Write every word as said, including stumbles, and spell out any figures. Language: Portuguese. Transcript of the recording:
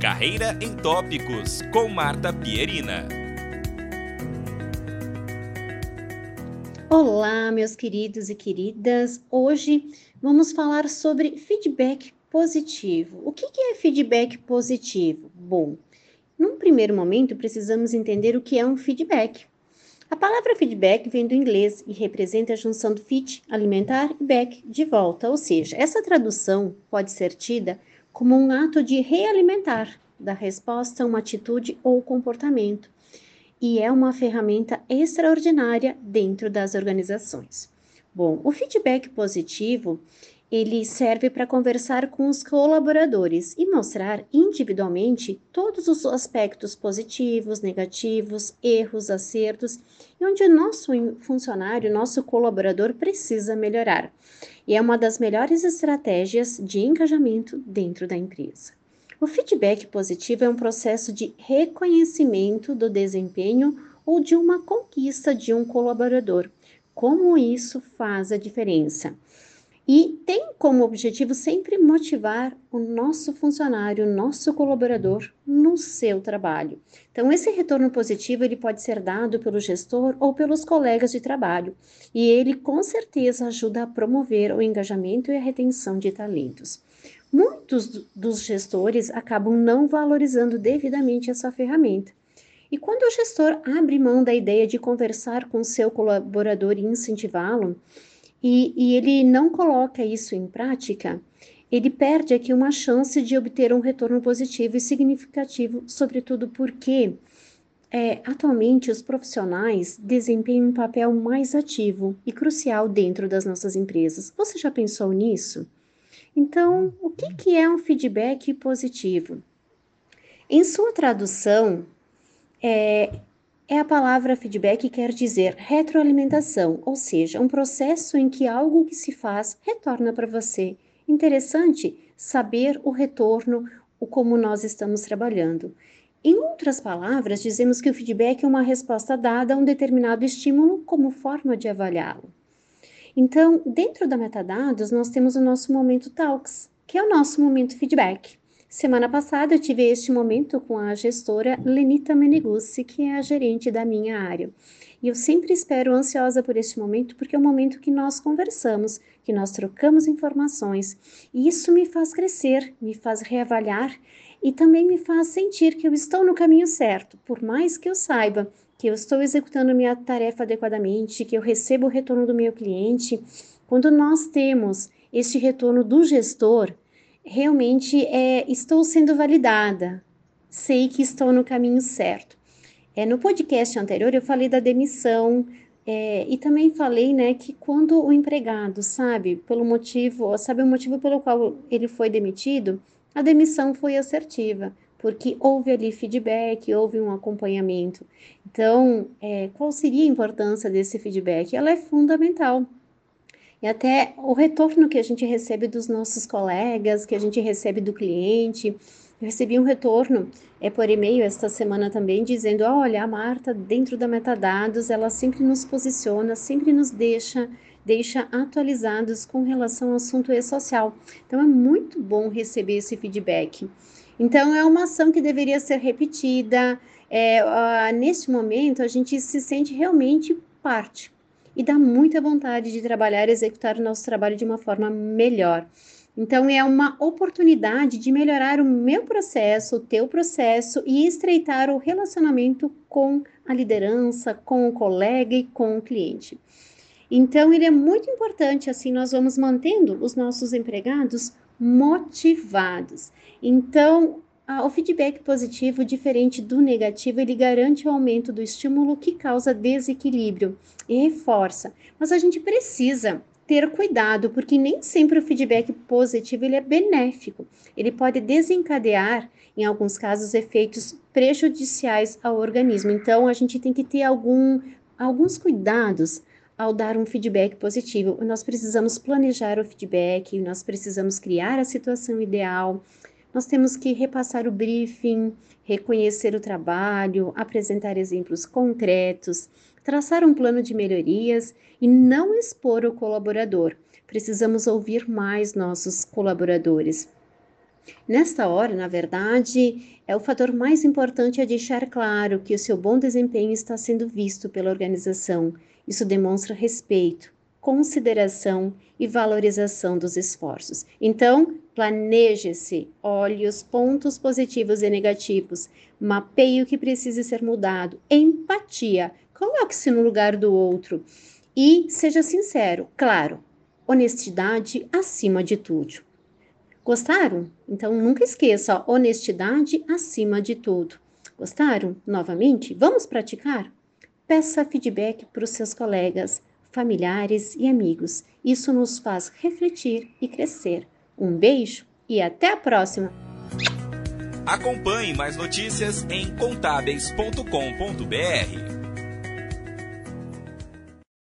Carreira em Tópicos, com Marta Pierina. Olá, meus queridos e queridas. Hoje vamos falar sobre feedback positivo. O que é feedback positivo? Bom, num primeiro momento precisamos entender o que é um feedback. A palavra feedback vem do inglês e representa a junção do feed, alimentar, e back, de volta, ou seja, essa tradução pode ser tida como um ato de realimentar da resposta a uma atitude ou comportamento, e é uma ferramenta extraordinária dentro das organizações. Bom, o feedback positivo, ele serve para conversar com os colaboradores e mostrar individualmente todos os aspectos positivos, negativos, erros, acertos, e onde o nosso funcionário, nosso colaborador precisa melhorar. E é uma das melhores estratégias de engajamento dentro da empresa. O feedback positivo é um processo de reconhecimento do desempenho ou de uma conquista de um colaborador. Como isso faz a diferença? E tem como objetivo sempre motivar o nosso funcionário, o nosso colaborador no seu trabalho. Então, esse retorno positivo ele pode ser dado pelo gestor ou pelos colegas de trabalho, e ele com certeza ajuda a promover o engajamento e a retenção de talentos. Muitos dos gestores acabam não valorizando devidamente essa ferramenta. E quando o gestor abre mão da ideia de conversar com seu colaborador e incentivá-lo, e, e ele não coloca isso em prática, ele perde aqui uma chance de obter um retorno positivo e significativo, sobretudo porque é, atualmente os profissionais desempenham um papel mais ativo e crucial dentro das nossas empresas. Você já pensou nisso? Então, o que, que é um feedback positivo? Em sua tradução, é, é a palavra feedback quer dizer retroalimentação, ou seja, um processo em que algo que se faz retorna para você. Interessante saber o retorno, o como nós estamos trabalhando. Em outras palavras, dizemos que o feedback é uma resposta dada a um determinado estímulo como forma de avaliá-lo. Então, dentro da Metadados, nós temos o nosso momento Talks, que é o nosso momento feedback. Semana passada eu tive este momento com a gestora Lenita Meneguzzi, que é a gerente da minha área. E eu sempre espero ansiosa por este momento, porque é o momento que nós conversamos, que nós trocamos informações. E isso me faz crescer, me faz reavaliar e também me faz sentir que eu estou no caminho certo, por mais que eu saiba que eu estou executando minha tarefa adequadamente, que eu recebo o retorno do meu cliente. Quando nós temos este retorno do gestor, realmente é, estou sendo validada, sei que estou no caminho certo. É, no podcast anterior eu falei da demissão é, e também falei, né, que quando o empregado sabe pelo motivo, sabe o motivo pelo qual ele foi demitido, a demissão foi assertiva, porque houve ali feedback, houve um acompanhamento. Então, é, qual seria a importância desse feedback? Ela é fundamental. E até o retorno que a gente recebe dos nossos colegas, que a gente recebe do cliente. Eu recebi um retorno é por e-mail esta semana também, dizendo: ah, olha, a Marta, dentro da Metadados, ela sempre nos posiciona, sempre nos deixa, deixa atualizados com relação ao assunto e-social. Então, é muito bom receber esse feedback. Então, é uma ação que deveria ser repetida. É, uh, neste momento, a gente se sente realmente parte e dá muita vontade de trabalhar e executar o nosso trabalho de uma forma melhor. Então, é uma oportunidade de melhorar o meu processo, o teu processo e estreitar o relacionamento com a liderança, com o colega e com o cliente. Então, ele é muito importante, assim, nós vamos mantendo os nossos empregados motivados. Então, a, o feedback positivo, diferente do negativo, ele garante o aumento do estímulo que causa desequilíbrio e reforça. Mas a gente precisa ter cuidado, porque nem sempre o feedback positivo ele é benéfico. Ele pode desencadear, em alguns casos, efeitos prejudiciais ao organismo. Então, a gente tem que ter algum, alguns cuidados ao dar um feedback positivo. Nós precisamos planejar o feedback, nós precisamos criar a situação ideal, nós temos que repassar o briefing, reconhecer o trabalho, apresentar exemplos concretos, traçar um plano de melhorias e não expor o colaborador. Precisamos ouvir mais nossos colaboradores. Nesta hora, na verdade, é o fator mais importante é deixar claro que o seu bom desempenho está sendo visto pela organização. Isso demonstra respeito, consideração e valorização dos esforços. Então, planeje-se, olhe os pontos positivos e negativos, mapeie o que precisa ser mudado, empatia, coloque-se no lugar do outro e seja sincero, claro, honestidade acima de tudo. Gostaram? Então nunca esqueça, honestidade acima de tudo. Gostaram? Novamente, vamos praticar? Peça feedback para os seus colegas, familiares e amigos. Isso nos faz refletir e crescer. Um beijo e até a próxima! Acompanhe mais notícias em contábeis ponto com ponto br.